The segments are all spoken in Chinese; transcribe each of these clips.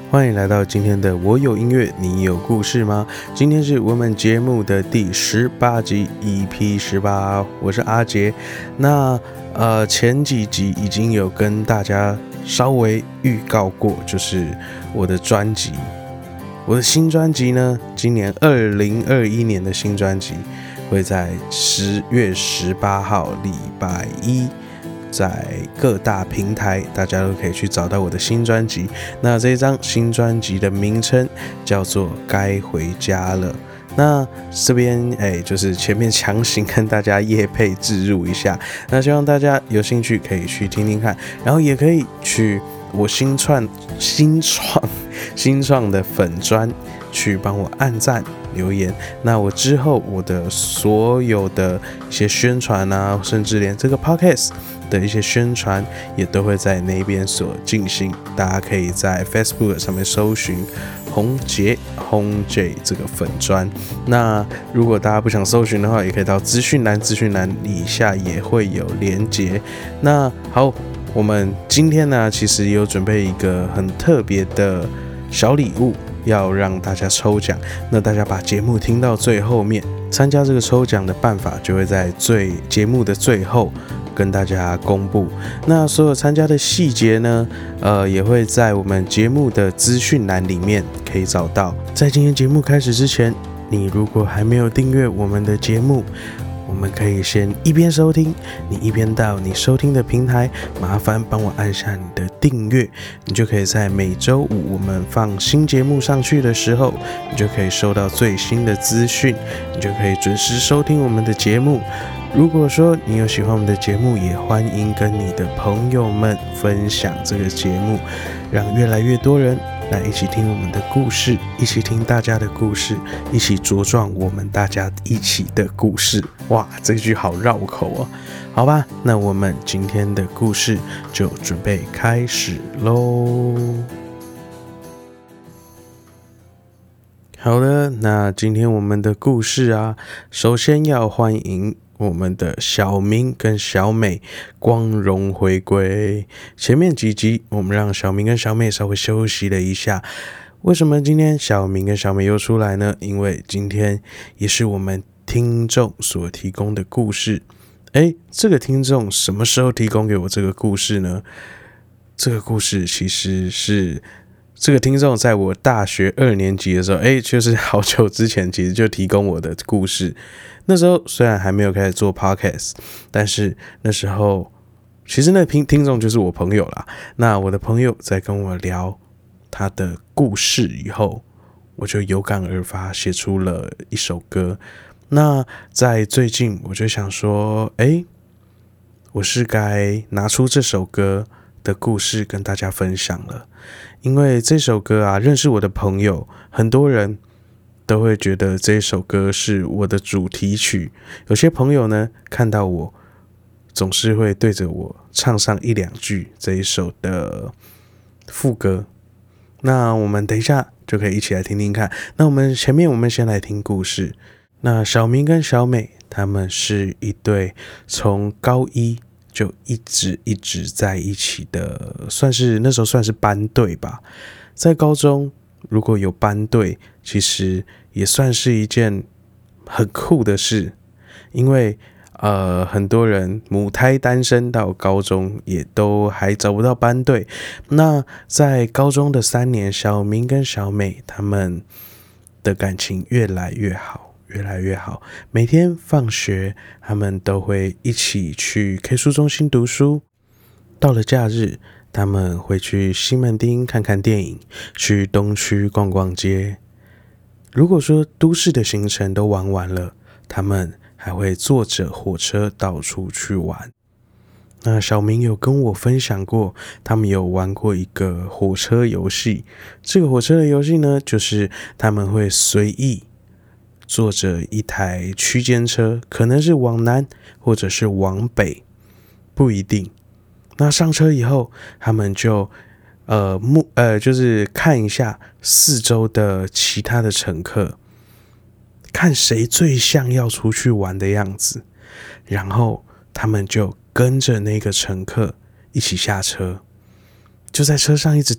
欢迎来到今天的我有音乐，你有故事吗？今天是我们节目的第18集 EP18，我是阿杰。那前几集已经有跟大家稍微预告过，就是我的专辑，我的新专辑呢，今年2021年的新专辑会在10月18号礼拜一。在各大平台大家都可以去找到我的新专辑。那这一张新专辑的名称叫做该回家了。那这边就是前面强行跟大家业配置入一下，那希望大家有兴趣可以去听听看，然后也可以去我新创的粉专去帮我按赞留言。那我之后我的所有的一些宣传啊，甚至连这个 podcast 的一些宣传也都会在那边所进行。大家可以在 Facebook 上面搜寻红杰这个粉专。那如果大家不想搜寻的话，也可以到资讯栏以下也会有连结。那好，我们今天呢，其实有准备一个很特别的小礼物要让大家抽奖。那大家把节目听到最后面，参加这个抽奖的办法就会在节目的最后跟大家公布。那所有参加的细节呢，也会在我们节目的资讯栏里面可以找到。在今天节目开始之前，你如果还没有订阅我们的节目，我们可以先一边收听，你一边到你收听的平台，麻烦帮我按下你的订阅，你就可以在每周五我们放新节目上去的时候，你就可以收到最新的资讯，你就可以准时收听我们的节目。如果说你有喜欢我们的节目，也欢迎跟你的朋友们分享这个节目，让越来越多人来一起听我们的故事，一起听大家的故事，一起茁壮我们大家一起的故事。哇，这句好绕口哦。好吧，那我们今天的故事就准备开始咯。好的，那今天我们的故事啊，首先要欢迎我们的小明跟小美光荣回归。前面几集我们让小明跟小美稍微休息了一下，为什么今天小明跟小美又出来呢？因为今天也是我们听众所提供的故事。这个听众什么时候提供给我这个故事呢？这个故事其实是这个听众在我大学2年级的时候，就是好久之前其实就提供我的故事。那时候虽然还没有开始做 podcast， 但是那时候其实那听众就是我朋友啦。那我的朋友在跟我聊他的故事以后，我就有感而发，写出了一首歌。那在最近我就想说，我是该拿出这首歌的故事跟大家分享了。因为这首歌啊，认识我的朋友很多人都会觉得这首歌是我的主题曲。有些朋友呢，看到我总是会对着我唱上1-2句这一首的副歌。那我们等一下就可以一起来听听看。那我们先来听故事。那小明跟小美他们是一对从高一就一直在一起的，那时候算是班队吧。在高中如果有班队，其实也算是一件很酷的事，因为很多人母胎单身到高中也都还找不到班队。那在高中的3年，小明跟小美他们的感情越来越好。每天放学他们都会一起去 K 书中心读书，到了假日他们会去西门町看看电影，去东区逛逛街。如果说都市的行程都玩完了，他们还会坐着火车到处去玩。那小明有跟我分享过，他们有玩过一个火车游戏。这个火车的游戏呢，就是他们会随意坐着一台区间车，可能是往南或者是往北，不一定。那上车以后，他们就就是看一下四周的其他的乘客，看谁最像要出去玩的样子，然后他们就跟着那个乘客一起下车，就在车上一直等，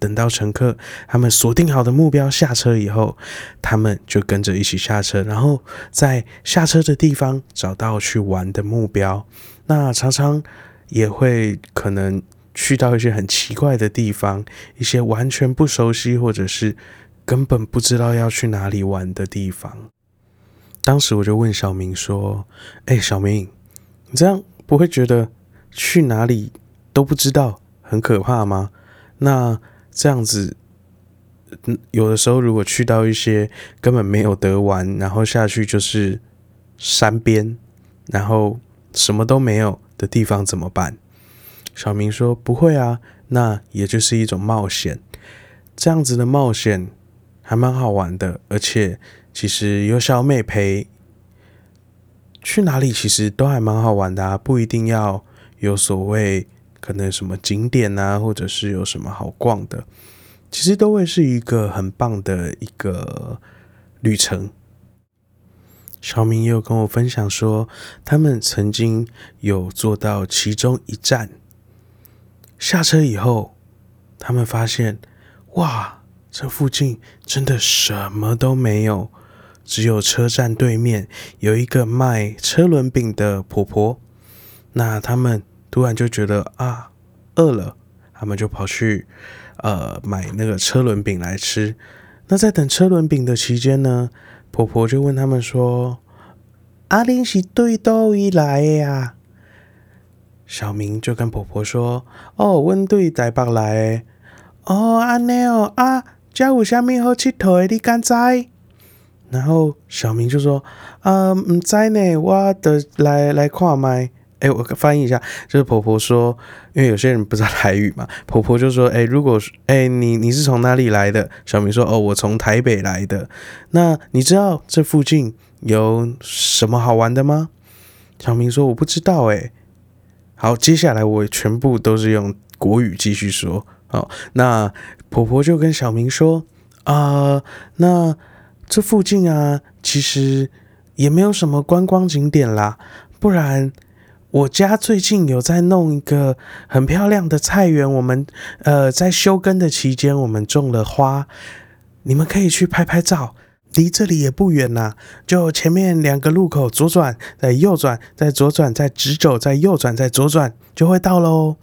等到乘客他们锁定好的目标下车以后，他们就跟着一起下车，然后在下车的地方找到去玩的目标。那常常也会可能去到一些很奇怪的地方，一些完全不熟悉或者是根本不知道要去哪里玩的地方。当时我就问小明说：小明，你这样不会觉得去哪里都不知道很可怕吗？那这样子有的时候如果去到一些根本没有得玩，然后下去就是山边，然后什么都没有的地方怎么办？小明说不会啊，那也就是一种冒险，这样子的冒险还蛮好玩的，而且其实有小美陪，去哪里其实都还蛮好玩的啊，不一定要有所谓可能什么景点啊，或者是有什么好逛的，其实都会是一个很棒的一个旅程。小明也有跟我分享说，他们曾经有坐到其中一站，下车以后，他们发现，哇，这附近真的什么都没有，只有车站对面有一个卖车轮饼的婆婆。那他们突然就觉得啊，饿了，他们就跑去买那个车轮饼来吃。那在等车轮饼的期间呢，婆婆就问他们说：啊，恁是对倒位来的啊？小明就跟婆婆说：哦，阮对台北来的。哦，安尼哦，啊，这有啥物好佚佗的？你敢知？然后小明就说：唔知呢，我就来看麦。我翻译一下，就是婆婆说，因为有些人不知道台语嘛，婆婆就说：如果你是从哪里来的？小明说：哦，我从台北来的。那你知道这附近有什么好玩的吗？小明说：我不知道好，接下来我全部都是用国语继续说。好，那婆婆就跟小明说：那这附近啊，其实也没有什么观光景点啦，不然我家最近有在弄一个很漂亮的菜园，我们在休耕的期间，我们种了花，你们可以去拍拍照，离这里也不远啦，就前面2个路口左转，再右转，再左转，再直走，再右转，再左转，就会到咯。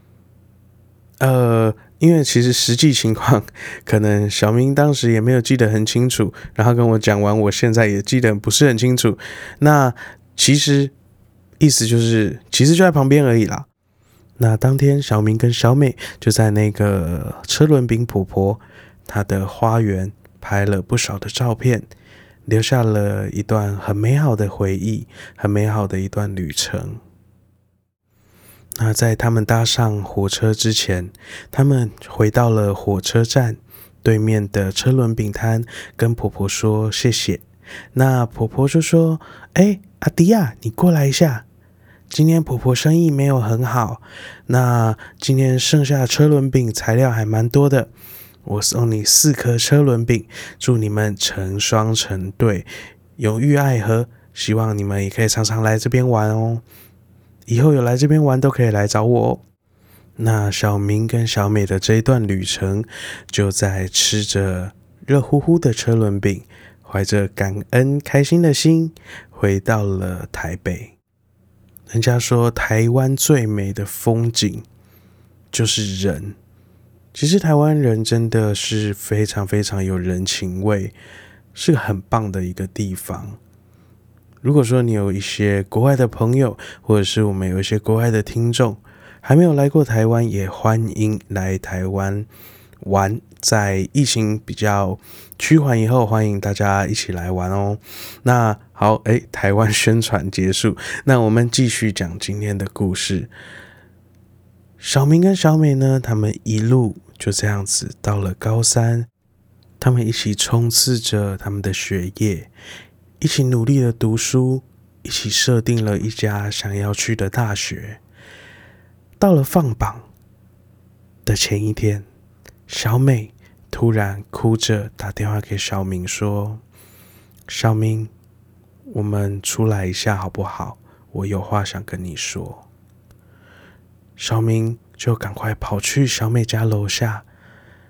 因为其实实际情况，可能小明当时也没有记得很清楚，然后跟我讲完，我现在也记得不是很清楚。那其实意思就是，其实就在旁边而已啦。那当天小明跟小美就在那个车轮饼婆婆她的花园拍了不少的照片，留下了一段很美好的回忆，很美好的一段旅程。那在他们搭上火车之前，他们回到了火车站对面的车轮饼摊，跟婆婆说谢谢。那婆婆就说：阿迪亚，你过来一下。今天婆婆生意没有很好，那今天剩下的车轮饼材料还蛮多的，我送你4颗车轮饼，祝你们成双成对，永浴爱河，希望你们也可以常常来这边玩哦。以后有来这边玩都可以来找我哦。那小明跟小美的这一段旅程，就在吃着热乎乎的车轮饼，怀着感恩开心的心，回到了台北。人家说台湾最美的风景就是人，其实台湾人真的是非常非常有人情味，是个很棒的一个地方。如果说你有一些国外的朋友，或者是我们有一些国外的听众还没有来过台湾，也欢迎来台湾玩，在疫情比较趋缓以后，欢迎大家一起来玩哦。那好，台湾宣传结束，那我们继续讲今天的故事。小明跟小美呢，他们一路就这样子到了高三，他们一起冲刺着他们的学业，一起努力的读书，一起设定了一家想要去的大学。到了放榜的前一天，小美突然哭着打电话给小明说：小明，我们出来一下好不好？我有话想跟你说。小明就赶快跑去小美家楼下，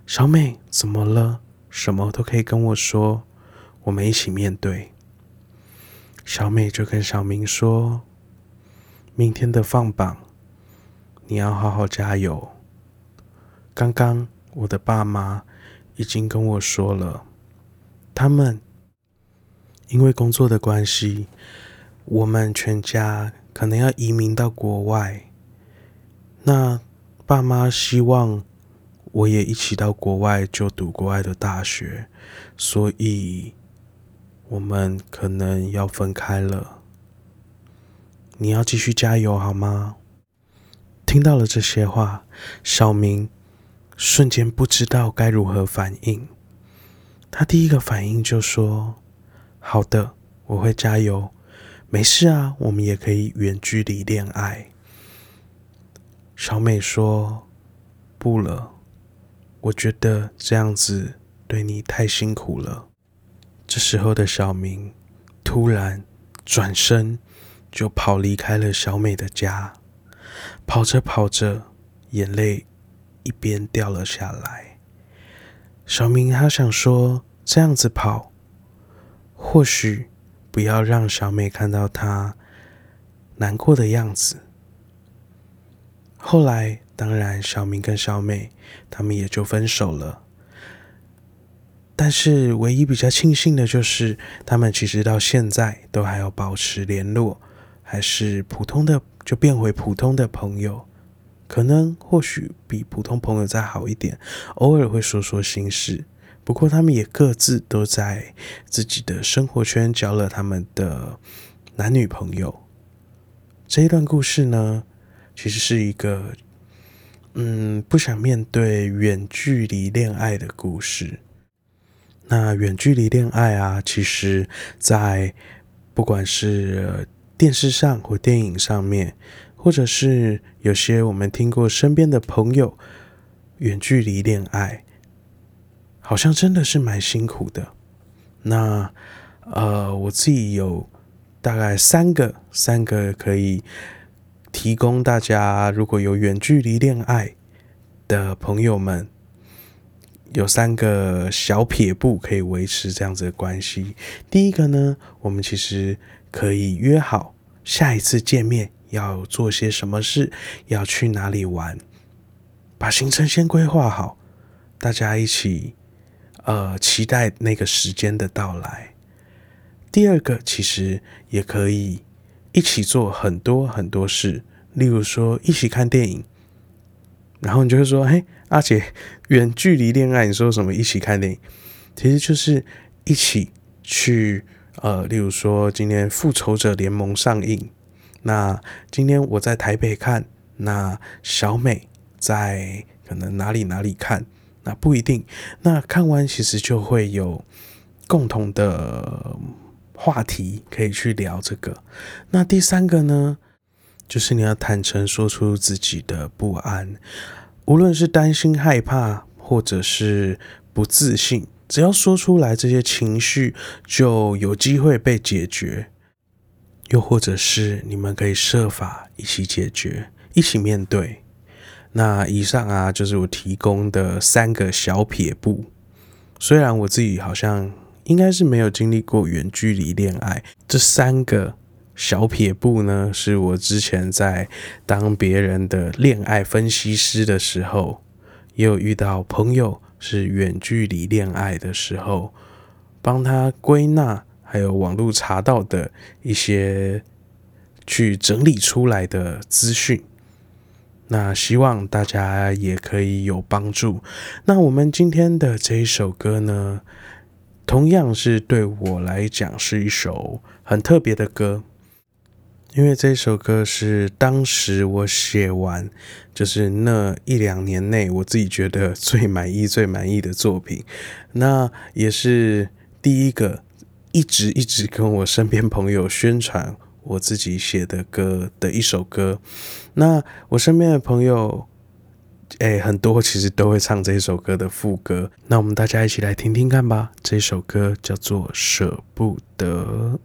小美，怎么了？什么都可以跟我说，我们一起面对。小美就跟小明说，明天的放榜，你要好好加油。刚刚我的爸妈已经跟我说了，他们因为工作的关系，我们全家可能要移民到国外。那爸妈希望我也一起到国外就读国外的大学，所以我们可能要分开了。你要继续加油好吗？听到了这些话，小明瞬间不知道该如何反应。他第一个反应就说，好的，我会加油，没事啊，我们也可以远距离恋爱。小美说，不了，我觉得这样子对你太辛苦了。这时候的小明突然转身就跑离开了小美的家，跑着跑着，眼泪一边掉了下来。小明他想说，这样子跑，或许不要让小美看到他难过的样子。后来当然小明跟小美他们也就分手了，但是唯一比较庆幸的就是他们其实到现在都还要保持联络，还是普通的，就变回普通的朋友，可能或许比普通朋友再好一点，偶尔会说说心事。不过他们也各自都在自己的生活圈交了他们的男女朋友。这一段故事呢，其实是一个不想面对远距离恋爱的故事。那远距离恋爱啊，其实在不管是电视上或电影上面，或者是有些我们听过身边的朋友远距离恋爱，好像真的是蛮辛苦的。那我自己有大概三个可以提供大家，如果有远距离恋爱的朋友们，有3个小撇步可以维持这样子的关系。第一个呢，我们其实可以约好下一次见面要做些什么事，要去哪里玩，把行程先规划好，大家一起期待那个时间的到来。第二个其实也可以一起做很多很多事，例如说一起看电影，然后你就会说，嘿，阿姐，远距离恋爱，你说什么一起看电影？其实就是一起去，例如说今天复仇者联盟上映，那今天我在台北看，那小美在可能哪里看，那不一定，那看完其实就会有共同的话题可以去聊这个。那第3个呢，就是你要坦诚说出自己的不安，无论是担心害怕或者是不自信，只要说出来，这些情绪就有机会被解决，又或者是你们可以设法一起解决，一起面对。那以上啊，就是我提供的3个小撇步。虽然我自己好像应该是没有经历过远距离恋爱，这3个小撇步呢，是我之前在当别人的恋爱分析师的时候，也有遇到朋友是远距离恋爱的时候，帮他归纳，还有网络查到的一些去整理出来的资讯。那希望大家也可以有帮助。那我们今天的这一首歌呢，同样是对我来讲是一首很特别的歌，因为这首歌是当时我写完，就是那1-2年内我自己觉得最满意的作品。那也是第一个一直跟我身边朋友宣传我自己写的歌的一首歌。那我身边的朋友很多其实都会唱这首歌的副歌，那我们大家一起来听听看吧。这首歌叫做舍不得。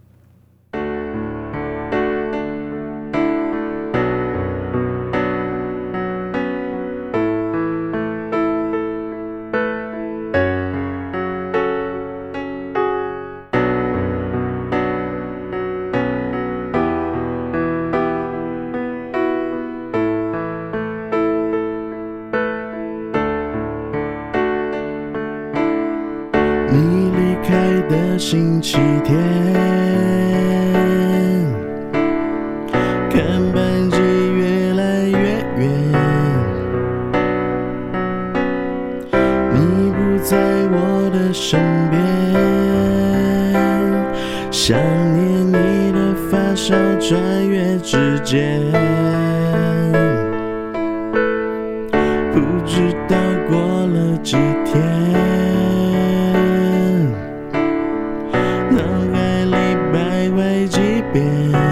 的星期天，看班机越来越远，你不在我的身边，想念你的发梢穿越指尖，不知道过了几天，脑海里徘徊几遍，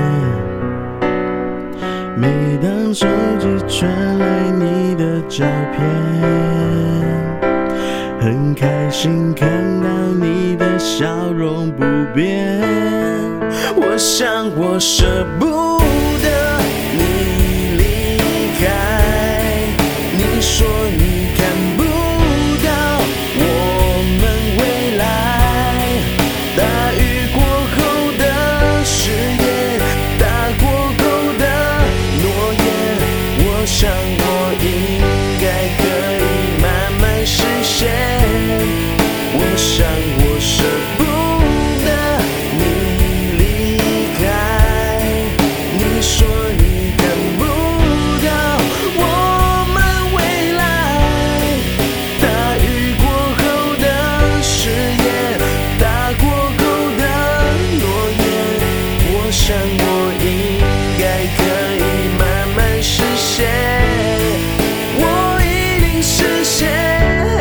每当手机传来你的照片，很开心看到你的笑容不变，我想我舍不得你离开，你说你看不到我们未来，大雨过后的誓言，打过后的诺言，我想我应该可以慢慢实现，我想我舍不得你离开，你说你看不到我们未来，大雨过后的誓言，打过后的诺言，我想我应该可以慢慢实现，我一定实现。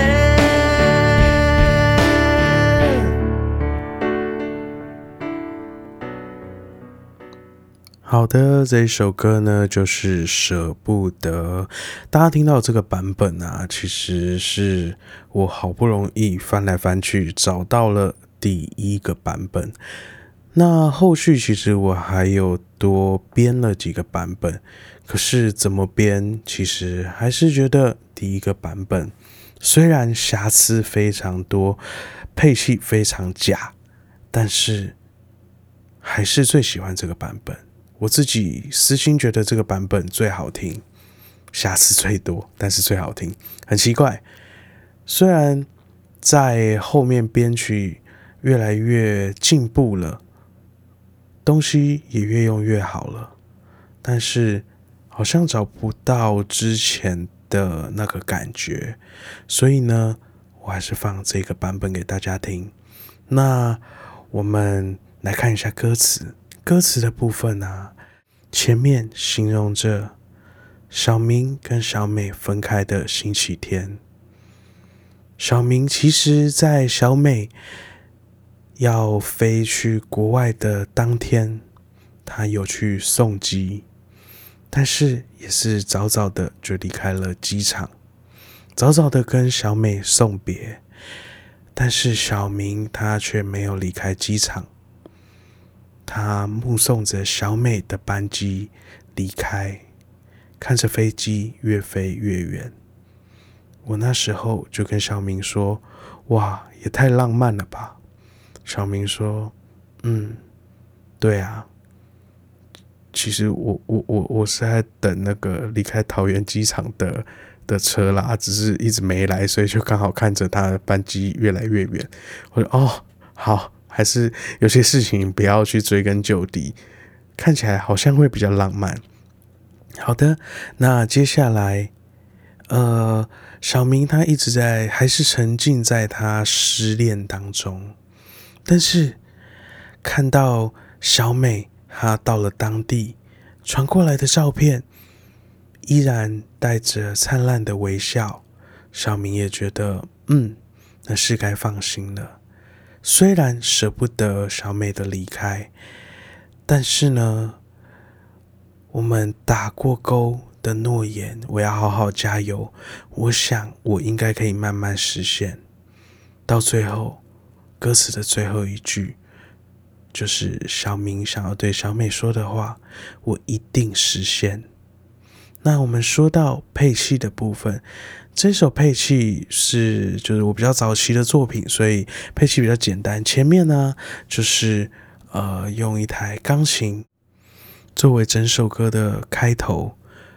好的，这一首歌呢就是舍不得。大家听到这个版本啊，其实是我好不容易翻来翻去找到了第一个版本。那后续其实我还有多编了几个版本，可是怎么编，其实还是觉得第一个版本虽然瑕疵非常多，配器非常假，但是还是最喜欢这个版本。我自己私心觉得这个版本最好听，瑕疵最多，但是最好听。很奇怪，虽然在后面编曲越来越进步了，东西也越用越好了，但是好像找不到之前的那个感觉，所以呢，我还是放这个版本给大家听。那我们来看一下歌词。歌词的部分啊，前面形容着小明跟小美分开的星期天。小明其实在小美要飞去国外的当天，他有去送机，但是也是早早的就离开了机场，早早的跟小美送别。但是小明他却没有离开机场，他目送着小美的班机离开，看着飞机越飞越远。我那时候就跟小明说，哇，也太浪漫了吧。小明说，对啊，其实我是在等那个离开桃园机场的车啦，只是一直没来，所以就刚好看着他的班机越来越远。我说好，还是有些事情不要去追根究底，看起来好像会比较浪漫。好的，那接下来小明他一直还是沉浸在他失恋当中，但是看到小美她到了当地传过来的照片，依然带着灿烂的微笑，小明也觉得那是该放心了。虽然舍不得小美的离开，但是呢，我们打过勾的诺言，我要好好加油，我想我应该可以慢慢实现。到最后，歌词的最后一句就是小明想要对小美说的话，我一定实现。那我们说到配器的部分，这首配器就是我比较早期的作品，所以配器比较简单。前面呢就是用一台钢琴作为整首歌的开头，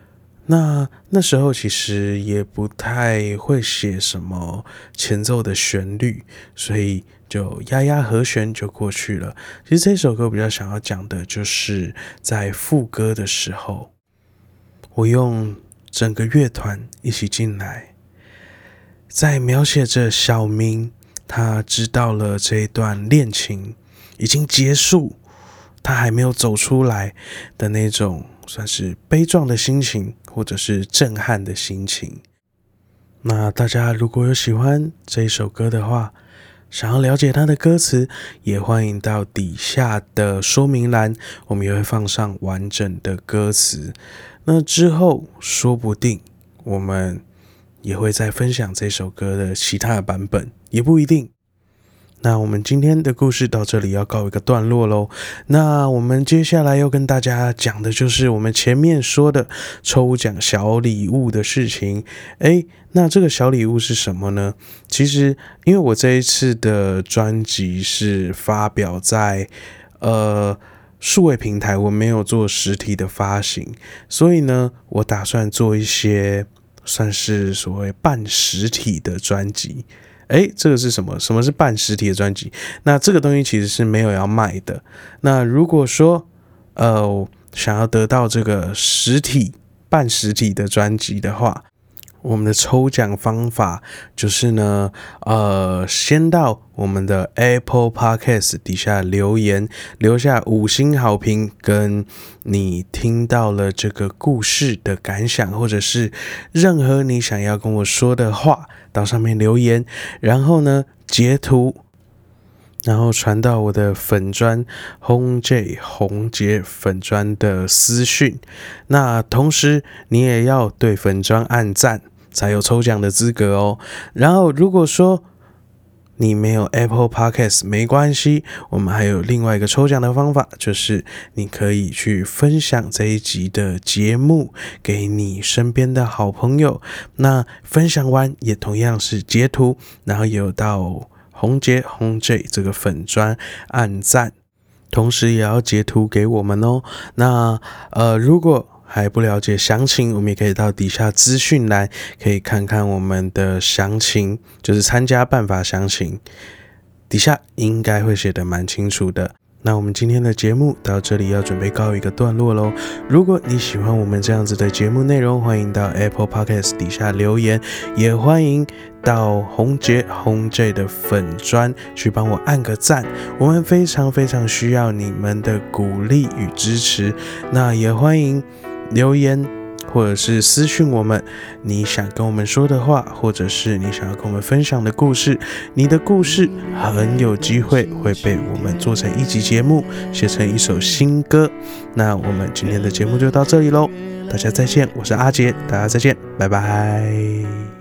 那时候其实也不太会写什么前奏的旋律，所以就压和弦就过去了。其实这首歌比较想要讲的就是在副歌的时候，我用整个乐团一起进来，在描写着小明他知道了这一段恋情已经结束，他还没有走出来的那种算是悲壮的心情，或者是震撼的心情。那大家如果有喜欢这一首歌的话，想要了解它的歌词，也欢迎到底下的说明栏，我们也会放上完整的歌词。那之后说不定我们也会再分享这首歌的其他的版本，也不一定。那我们今天的故事到这里要告一个段落咯。那我们接下来要跟大家讲的就是我们前面说的抽奖小礼物的事情。那这个小礼物是什么呢？其实因为我这一次的专辑是发表在数位平台，我没有做实体的发行，所以呢我打算做一些算是所谓半实体的专辑。这个是什么？什么是半实体的专辑？那这个东西其实是没有要卖的。那如果说想要得到这个半实体的专辑的话，我们的抽奖方法就是呢，先到我们的 Apple Podcast 底下留言，留下5星好评，跟你听到了这个故事的感想，或者是任何你想要跟我说的话，到上面留言，然后呢截图，然后传到我的粉专红杰粉专的私讯。那同时你也要对粉专按赞，才有抽奖的资格哦。然后如果说你没有 Apple Podcast 没关系，我们还有另外一个抽奖的方法，就是你可以去分享这一集的节目给你身边的好朋友。那分享完也同样是截图，然后也有到红J 这个粉专按赞，同时也要截图给我们哦。那如果还不了解详情，我们也可以到底下资讯栏可以看看我们的详情，就是参加办法详情，底下应该会写得蛮清楚的。那我们今天的节目到这里要准备告一个段落咯。如果你喜欢我们这样子的节目内容，欢迎到 Apple Podcast 底下留言，也欢迎到红J的粉专去帮我按个赞，我们非常非常需要你们的鼓励与支持。那也欢迎留言或者是私讯我们你想跟我们说的话，或者是你想要跟我们分享的故事，你的故事很有机会会被我们做成一集节目，写成一首新歌。那我们今天的节目就到这里咯，大家再见，我是阿杰，大家再见，拜拜。